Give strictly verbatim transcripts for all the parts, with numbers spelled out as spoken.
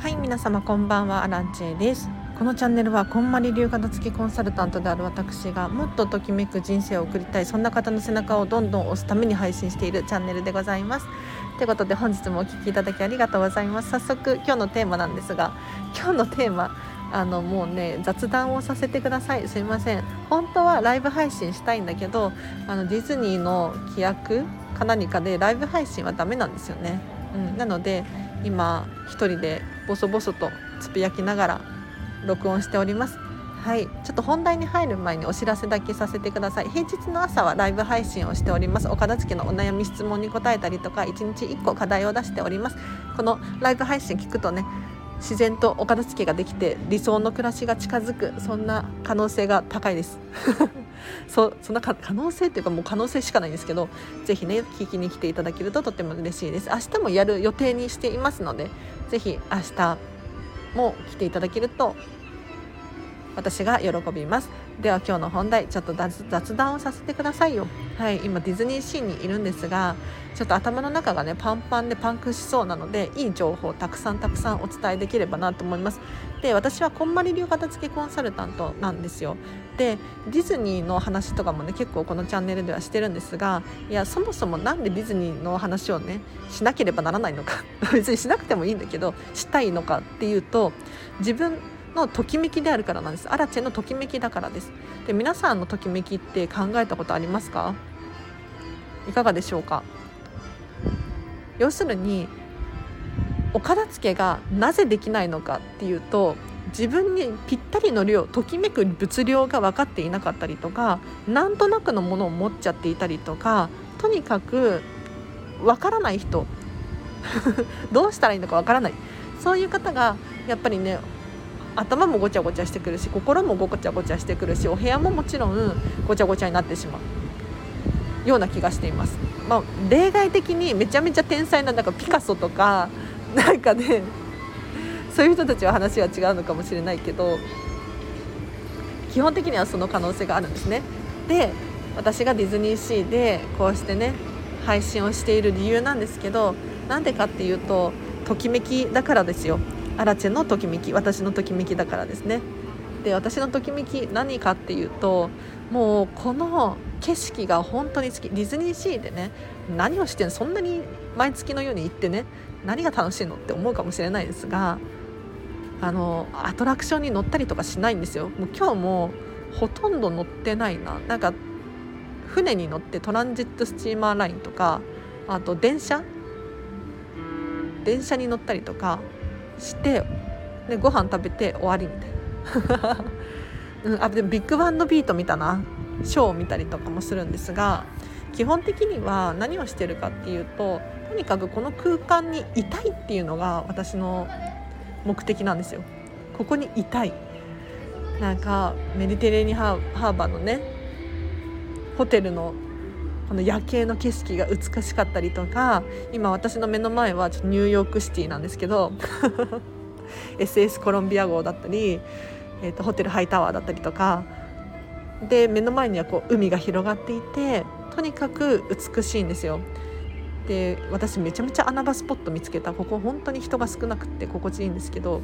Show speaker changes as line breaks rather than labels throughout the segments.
はい、皆様こんばんは。アランチェです。このチャンネルはこんまり流片付きコンサルタントである私がもっとときめく人生を送りたい、そんな方の背中をどんどん押すために配信しているチャンネルでございます。ということで本日もお聞きいただきありがとうございます。早速今日のテーマなんですが、今日のテーマあのもうね雑談をさせてください。すいません。本当はライブ配信したいんだけど、あのディズニーの規約か何かでライブ配信はダメなんですよね。うん、なので今一人でボソボソとつぶやきながら録音しております。はい、ちょっと本題に入る前にお知らせだけさせてください。平日の朝はライブ配信をしております。お片付けのお悩み質問に答えたりとか、いちにちいっこ課題を出しております。このライブ配信聞くとね、自然とお片付けができて理想の暮らしが近づく、そんな可能性が高いですそ, そんな可能性っていうかもう可能性しかないんですけど、ぜひね聞きに来ていただけるととても嬉しいです。明日もやる予定にしていますので、ぜひ明日も来ていただけると私が喜びます。では今日の本題、ちょっと 雑, 雑談をさせてくださいよ。はい、今ディズニーシーにいるんですが、ちょっと頭の中がねパンパンでパンクしそうなので、いい情報をたくさんたくさんお伝えできればなと思います。で、私はこんまり流片付きコンサルタントなんですよ。で、ディズニーの話とかもね結構このチャンネルではしてるんですが、いやそもそもなんでディズニーの話をねしなければならないのか別にしなくてもいいんだけどしたいのかっていうと、自分のときめきであるからなんです。アラチェのときめきだからです。で、皆さんのときめきって考えたことありますか？いかがでしょうか？要するにお片付けがなぜできないのかっていうと、自分にぴったりの量、ときめく物量が分かっていなかったりとか、なんとなくのものを持っちゃっていたりとか、とにかく分からない人どうしたらいいのか分からない、そういう方がやっぱりね、頭もごちゃごちゃしてくるし、心もごちゃごちゃしてくるし、お部屋ももちろんごちゃごちゃになってしまうような気がしています。まあ、例外的にめちゃめちゃ天才な、なんかピカソとかなんかねそういう人たちは話は違うのかもしれないけど、基本的にはその可能性があるんですね。で、私がディズニーシーでこうしてね配信をしている理由なんですけど、なんでかっていうと、ときめきだからですよ。アラチェのときめき、私のときめきだからですね。で、私のときめき何かっていうと、もうこの景色が本当に好き。ディズニーシーでね何をしてんの、そんなに毎月のように行ってね何が楽しいのって思うかもしれないですが、あのアトラクションに乗ったりとかしないんですよ。もう今日もほとんど乗ってないな。なんか船に乗ってトランジットスチーマーラインとか、あと電車電車に乗ったりとかしてでご飯食べて終わりみたいな、うん、あでもビッグバンドビート見たな、ショーを見たりとかもするんですが、基本的には何をしてるかっていうと、とにかくこの空間にいたいっていうのが私の目的なんですよ。ここにいたい。なんかメディテレーニハーバーのねホテルのこの夜景の景色が美しかったりとか、今私の目の前はちょっとニューヨークシティなんですけどエスエス コロンビア号だったり、えーと、ホテルハイタワーだったりとかで、目の前にはこう海が広がっていて、とにかく美しいんですよ。で、私めちゃめちゃ穴場スポット見つけた。ここ本当に人が少なくて心地いいんですけど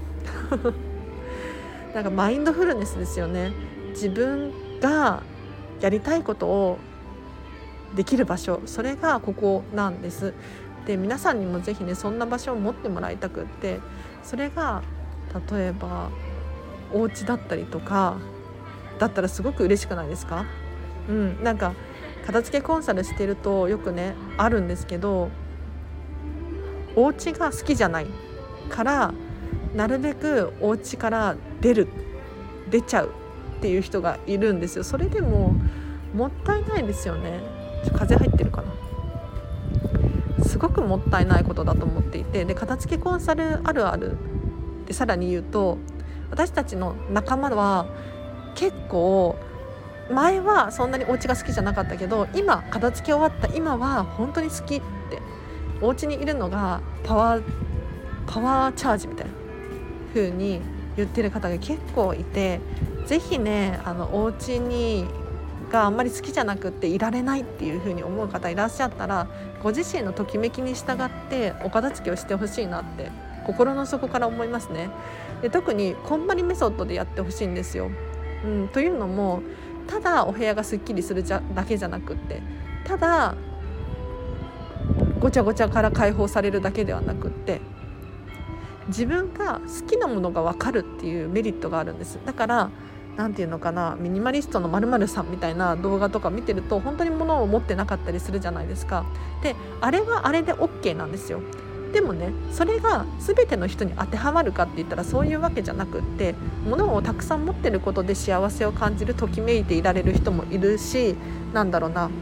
なんかマインドフルネスですよね。自分がやりたいことをできる場所、それがここなんです。で、皆さんにもぜひねそんな場所を持ってもらいたくって、それが例えばお家だったりとかだったらすごく嬉しくないですか？うん、なんか片付けコンサルしてるとよくねあるんですけど、お家が好きじゃないからなるべくお家から出る出ちゃうっていう人がいるんですよ。それでももったいないですよね。ちょ風入ってるかな。すごくもったいないことだと思っていて、で片付けコンサルあるあるでさらに言うと、私たちの仲間は結構前はそんなにお家が好きじゃなかったけど、今片付け終わった今は本当に好きって、お家にいるのがパワーパワーチャージみたいな風に言ってる方が結構いて、ぜひねあのお家にがあんまり好きじゃなくっていられないっていう風に思う方いらっしゃったら、ご自身のときめきに従ってお片付けをしてほしいなって心の底から思いますね。で特にこんまりメソッドでやってほしいんですよ、うん、というのもただお部屋がすっきりするじゃだけじゃなくって、ただごちゃごちゃから解放されるだけではなくって、自分が好きなものが分かるっていうメリットがあるんです。だからなんていうのかな、ミニマリストの〇〇さんみたいな動画とか見てると本当に物を持ってなかったりするじゃないですか。であれはあれで OK なんですよ。でもね、それが全ての人に当てはまるかって言ったらそういうわけじゃなくって、物をたくさん持ってることで幸せを感じる、ときめいていられる人もいるし、なんだろうな、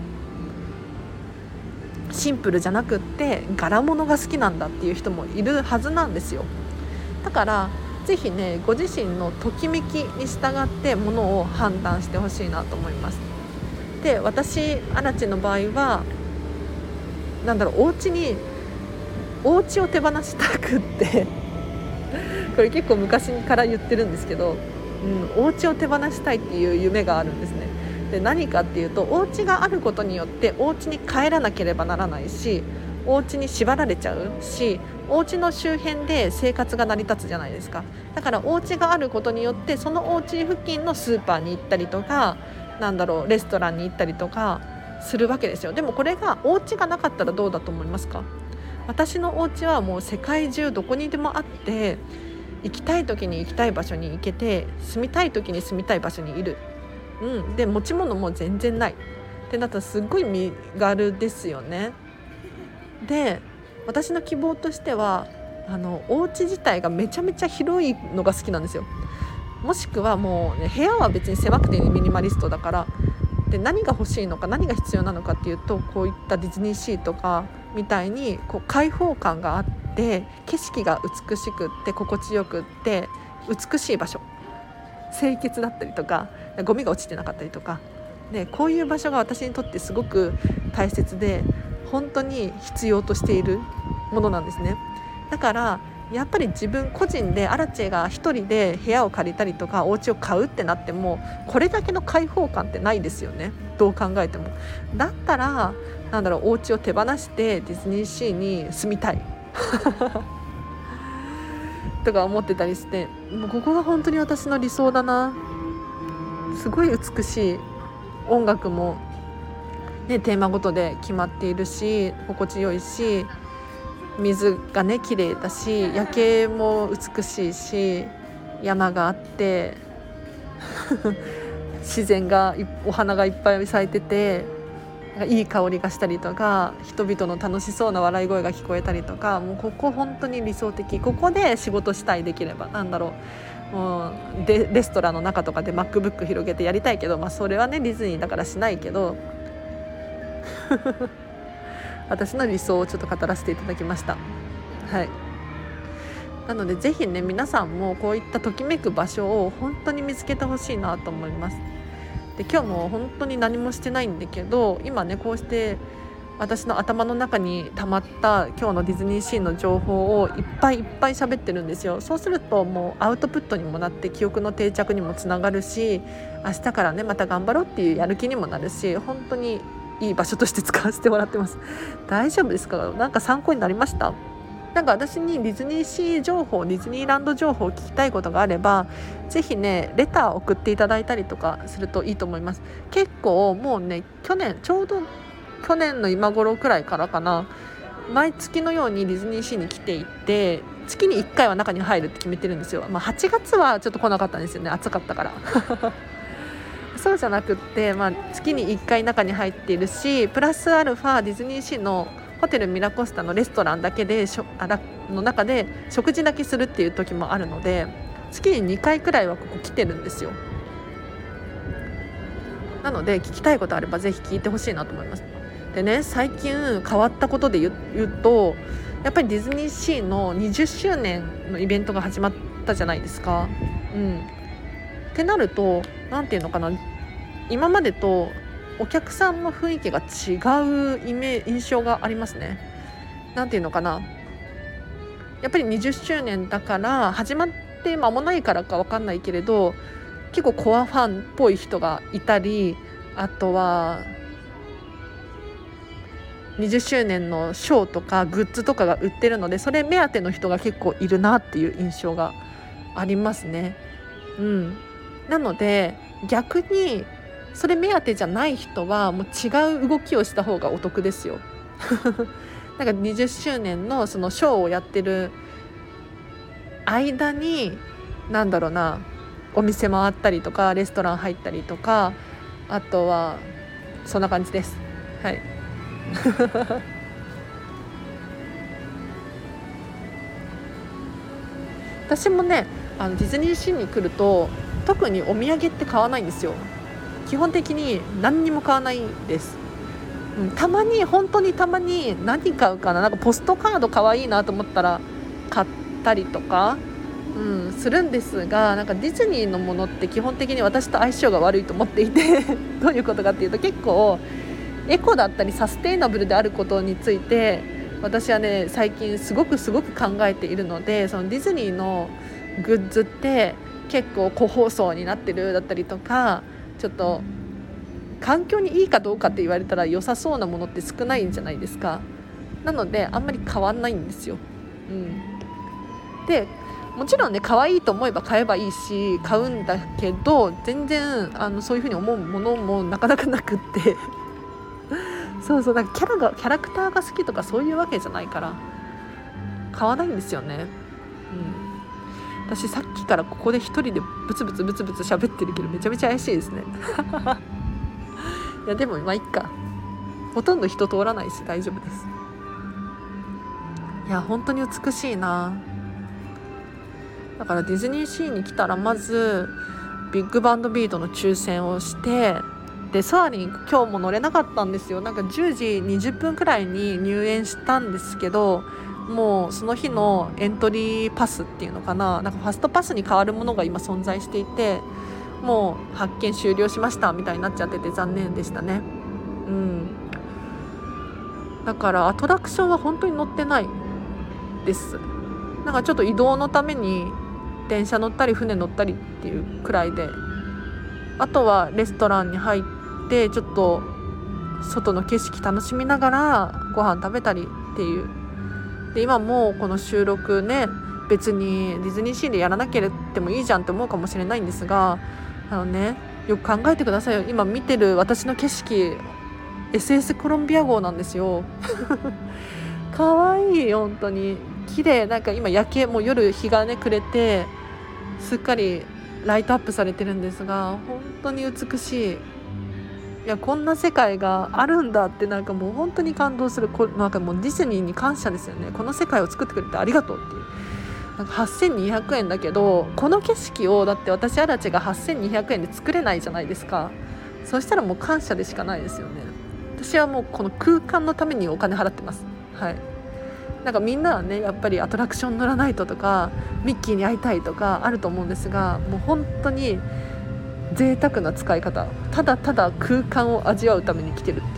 シンプルじゃなくって柄物が好きなんだっていう人もいるはずなんですよ。だからぜひね、ご自身のときめきに従ってものを判断してほしいなと思います。で私アラチの場合はなんだろう、お家にお家を手放したくってこれ結構昔から言ってるんですけど、うん、お家を手放したいっていう夢があるんですね。で何かっていうと、お家があることによってお家に帰らなければならないし、お家に縛られちゃうし、お家の周辺で生活が成り立つじゃないですか。だからお家があることによってそのお家付近のスーパーに行ったりとか、なんだろう、レストランに行ったりとかするわけですよ。でもこれがお家がなかったらどうだと思いますか？私のお家はもう世界中どこにでもあって、行きたい時に行きたい場所に行けて、住みたい時に住みたい場所にいる、うん、で持ち物も全然ないってなったらすっごい身軽ですよね。で私の希望としてはあのお家自体がめちゃめちゃ広いのが好きなんですよ。もしくはもう、ね、部屋は別に狭くてミニマリストだから、で何が欲しいのか何が必要なのかっていうと、こういったディズニーシーとかみたいにこう開放感があって、景色が美しくって心地よくって美しい場所、清潔だったりとかゴミが落ちてなかったりとかで、こういう場所が私にとってすごく大切で本当に必要としているものなんですね。だからやっぱり自分個人でアラチェが一人で部屋を借りたりとかお家を買うってなってもこれだけの開放感ってないですよね、どう考えても。だったらなんだろう、お家を手放してディズニーシーに住みたいとか思ってたりして、もうここが本当に私の理想だな。すごい美しい、音楽も、ね、テーマごとで決まっているし心地よいし、水がね綺麗だし、夜景も美しいし、山があって自然がお花がいっぱい咲いてていい香りがしたりとか、人々の楽しそうな笑い声が聞こえたりとか、もうここ本当に理想的。ここで仕事したい、できればなんだろう、もうでレストランの中とかで MacBook 広げてやりたいけど、まあ、それはねディズニーだからしないけど私の理想をちょっと語らせていただきました。はい。なのでぜひね、皆さんもこういったときめく場所を本当に見つけてほしいなと思います。で今日も本当に何もしてないんだけど、今ねこうして私の頭の中に溜まった今日のディズニーシーの情報をいっぱいいっぱい喋ってるんですよ。そうするともうアウトプットにもなって記憶の定着にもつながるし、明日からねまた頑張ろうっていうやる気にもなるし、本当にいい場所として使わせてもらってます。大丈夫ですか？なんか参考になりました？なんか私にディズニーシー情報、ディズニーランド情報を聞きたいことがあれば、ぜひねレター送っていただいたりとかするといいと思います。結構もうね、去年ちょうど去年の今頃くらいからかな、毎月のようにディズニーシーに来ていて、月にいっかいは中に入るって決めてるんですよ。まあ、はちがつはちょっと来なかったんですよね、暑かったからそうじゃなくって、まあ、月にいっかい中に入っているし、プラスアルファディズニーシーのホテルミラコスタのレストランだけでしょあらの中で食事だけするっていう時もあるので、月ににかいくらいはここ来てるんですよ。なので聞きたいことあればぜひ聞いてほしいなと思います。でね、最近変わったことで言 う, 言うとやっぱりディズニーシーのにじゅっしゅうねんのイベントが始まったじゃないですか。うん。ってなるとなんていうのかな、今までとお客さんの雰囲気が違うイメ印象がありますね。なんていうのかな、やっぱりにじゅっしゅうねんだから始まって間もないからか分かんないけれど、結構コアファンっぽい人がいたり、あとはにじゅっしゅうねんのショーとかグッズとかが売ってるので、それ目当ての人が結構いるなっていう印象がありますね。うん、なので逆にそれ目当てじゃない人はもう違う動きをした方がお得ですよなんかにじゅっしゅうねんのそのショーをやってる間になんだろうな、お店回ったりとかレストラン入ったりとか、あとはそんな感じです。はい私もね、あのディズニーシーに来ると特にお土産って買わないんですよ。基本的に何にも買わないです、うん、たまに本当にたまに何買うかな、なんかポストカード可愛いなと思ったら買ったりとか、うん、するんですが、なんかディズニーのものって基本的に私と相性が悪いと思っていてどういうことかっていうと、結構エコだったりサステイナブルであることについて私はね最近すごくすごく考えているので、そのディズニーのグッズって結構個包装になってるだったりとか、ちょっと環境にいいかどうかって言われたら良さそうなものって少ないんじゃないですか。なのであんまり変わんないんですよ、うん、でもちろんね可愛いと思えば買えばいいし買うんだけど、全然あのそういう風に思うものもなかなかなくってそうそう、なんかキャラがキャラクターが好きとかそういうわけじゃないから買わないんですよね、うん、私さっきからここで一人でブツブツブツブツ喋ってるけどめちゃめちゃ怪しいですねいやでもまあいっか、ほとんど人通らないし大丈夫です。いや本当に美しいな。だからディズニーシーに来たらまずビッグバンドビートの抽選をして、でソアリン今日も乗れなかったんですよ。なんかじゅうじにじゅっぷんくらいに入園したんですけど、もうその日のエントリーパスっていうのかな、なんかファストパスに変わるものが今存在していて、もう発券終了しましたみたいになっちゃってて残念でしたね。うん、だからアトラクションは本当に乗ってないです。なんかちょっと移動のために電車乗ったり船乗ったりっていうくらいで、あとはレストランに入ってちょっと外の景色楽しみながらご飯食べたりっていう。で今もこの収録ね、別にディズニーシーでやらなければもいいじゃんって思うかもしれないんですが、あのね、よく考えてくださいよ。今見てる私の景色 エスエス コロンビア号なんですよかわいい、本当に綺麗。なんか今夜景も夜日がね暮れてすっかりライトアップされてるんですが、本当に美しい。いやこんな世界があるんだって、なんかもう本当に感動する。こなんかもうディズニーに感謝ですよね。この世界を作ってくれてありがとうっていう。なんかはっせんにひゃくえんだけど、この景色をだって私アラチがはっせんにひゃくえんで作れないじゃないですか。そしたらもう感謝でしかないですよね。私はもうこの空間のためにお金払ってます。はい。なんかみんなはねやっぱりアトラクション乗らないととかミッキーに会いたいとかあると思うんですが、もう本当に贅沢な使い方、ただただ空間を味わうために来てるっていう。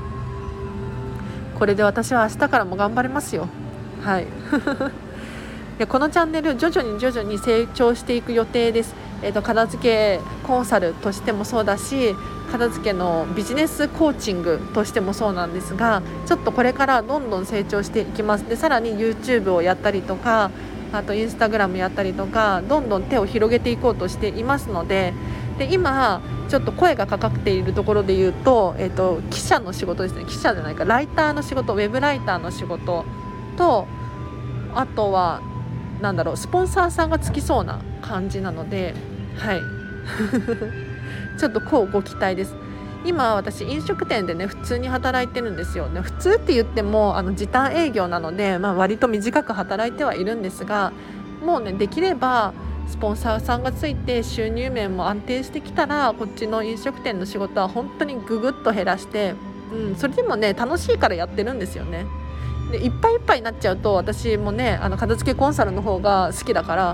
これで私は明日からも頑張れますよ。はいでこのチャンネル徐々に徐々に成長していく予定です。えーと、片付けコンサルとしてもそうだし、片付けのビジネスコーチングとしてもそうなんですが、ちょっとこれからどんどん成長していきます。でさらに YouTube をやったりとか、あと Instagram やったりとか、どんどん手を広げていこうとしていますので、で今ちょっと声がかかっているところで言うと、えーと、記者の仕事ですね。記者じゃないか、ライターの仕事、ウェブライターの仕事と、あとはなんだろう、スポンサーさんがつきそうな感じなので、はいちょっとこうご期待です。今私飲食店でね普通に働いてるんですよね。普通って言ってもあの時短営業なので、まあ、割と短く働いてはいるんですが、もうねできればスポンサーさんがついて収入面も安定してきたら、こっちの飲食店の仕事は本当にぐぐっと減らして、うん、それでもね楽しいからやってるんですよね。でいっぱいいっぱいになっちゃうと私もねあの片付けコンサルの方が好きだから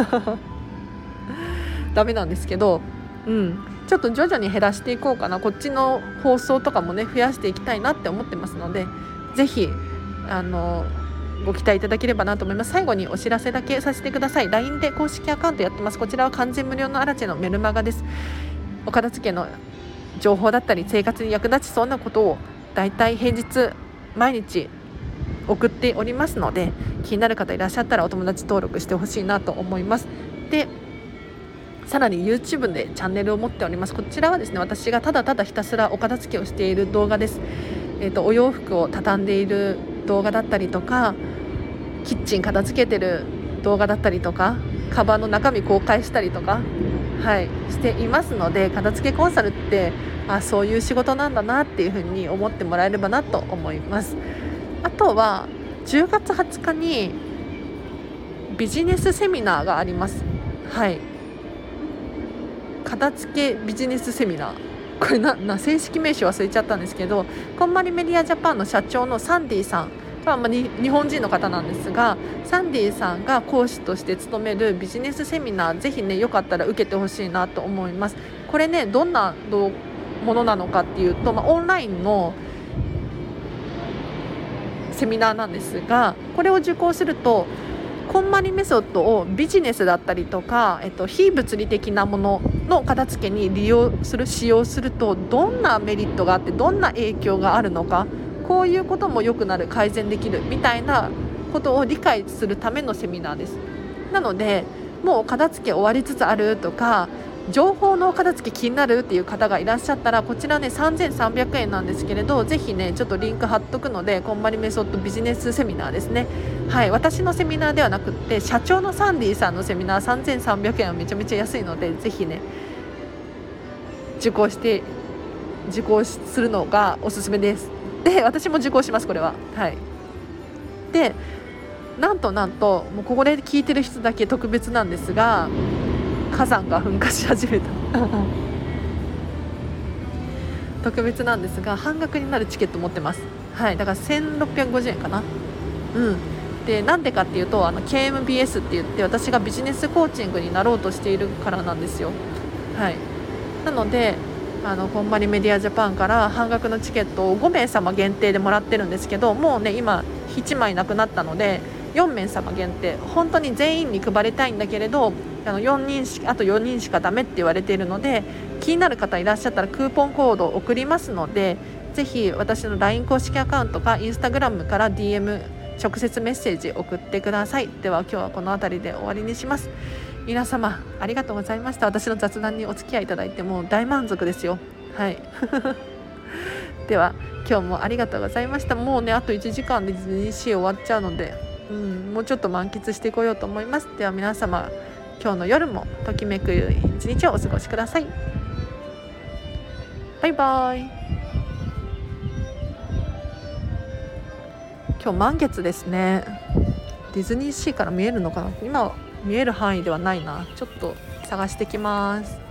ダメなんですけど、うん、ちょっと徐々に減らしていこうかな。こっちの放送とかもね増やしていきたいなって思ってますので、ぜひあのご期待いただければなと思います。最後にお知らせだけさせてください。 ライン で公式アカウントやってます。こちらは完全無料のアラチェのメルマガです。お片付けの情報だったり生活に役立ちそうなことをだいたい平日毎日送っておりますので、気になる方いらっしゃったらお友達登録してほしいなと思います。でさらに YouTube でチャンネルを持っております。こちらはですね、私がただただひたすらお片付けをしている動画です。えーと、お洋服を畳んでいる動画だったりとか、キッチン片付けてる動画だったりとか、カバンの中身公開したりとか、はい、していますので、片付けコンサルってあそういう仕事なんだなっていうふうに思ってもらえればなと思います。あとはじゅうがつはつかにビジネスセミナーがあります。はい、片付けビジネスセミナー、これなな正式名称忘れちゃったんですけど、こんまりメディアジャパンの社長のサンディさんが、まあ、に日本人の方なんですが、サンディさんが講師として務めるビジネスセミナー、ぜひねよかったら受けてほしいなと思います。これねどんなものなのかっていうと、まあ、オンラインのセミナーなんですが、これを受講するとこんまりメソッドをビジネスだったりとか、えっと、非物理的なものの片付けに利用する使用するとどんなメリットがあってどんな影響があるのか、こういうことも良くなる、改善できるみたいなことを理解するためのセミナーです。なのでもう片付け終わりつつあるとか、情報の片付け気になるっていう方がいらっしゃったら、こちらねさんぜんさんびゃくえんなんですけれど、ぜひねちょっとリンク貼っとくので、こんまりメソッドビジネスセミナーですね。はい、私のセミナーではなくって社長のサンディさんのセミナー、さんぜんさんびゃくえんはめちゃめちゃ安いので、ぜひね受講して受講するのがおすすめです。で私も受講します、これは。はい、でなんとなんともうここで聞いてる人だけ特別なんですが、火山が噴火し始めた特別なんですが、半額になるチケット持ってます。はい、だからせんろっぴゃくごじゅうえんかな。うんでなんでかっていうと、あの ケーエムビーエス って言って、私がビジネスコーチングになろうとしているからなんですよ。はい、なのであのこんまりメディアジャパンから半額のチケットをごめいさま限定でもらってるんですけど、もうね今いちまいなくなったのでよんめいさま限定、本当に全員に配りたいんだけれど、あのよにんしあとよにんしかダメって言われているので、気になる方いらっしゃったらクーポンコードを送りますので、ぜひ私の ライン 公式アカウントか インスタグラム から ディーエム 直接メッセージ送ってください。では今日はこの辺りで終わりにします。皆様ありがとうございました。私の雑談にお付き合いいただいてもう大満足ですよ。はいでは今日もありがとうございました。もうねあといちじかんでディズニーシー終わっちゃうので、うん、もうちょっと満喫してこようと思います。では皆様今日の夜もときめく一日をお過ごしください。バイバイ。今日満月ですね。ディズニーシーから見えるのかな。今見える範囲ではないな。ちょっと探してきます。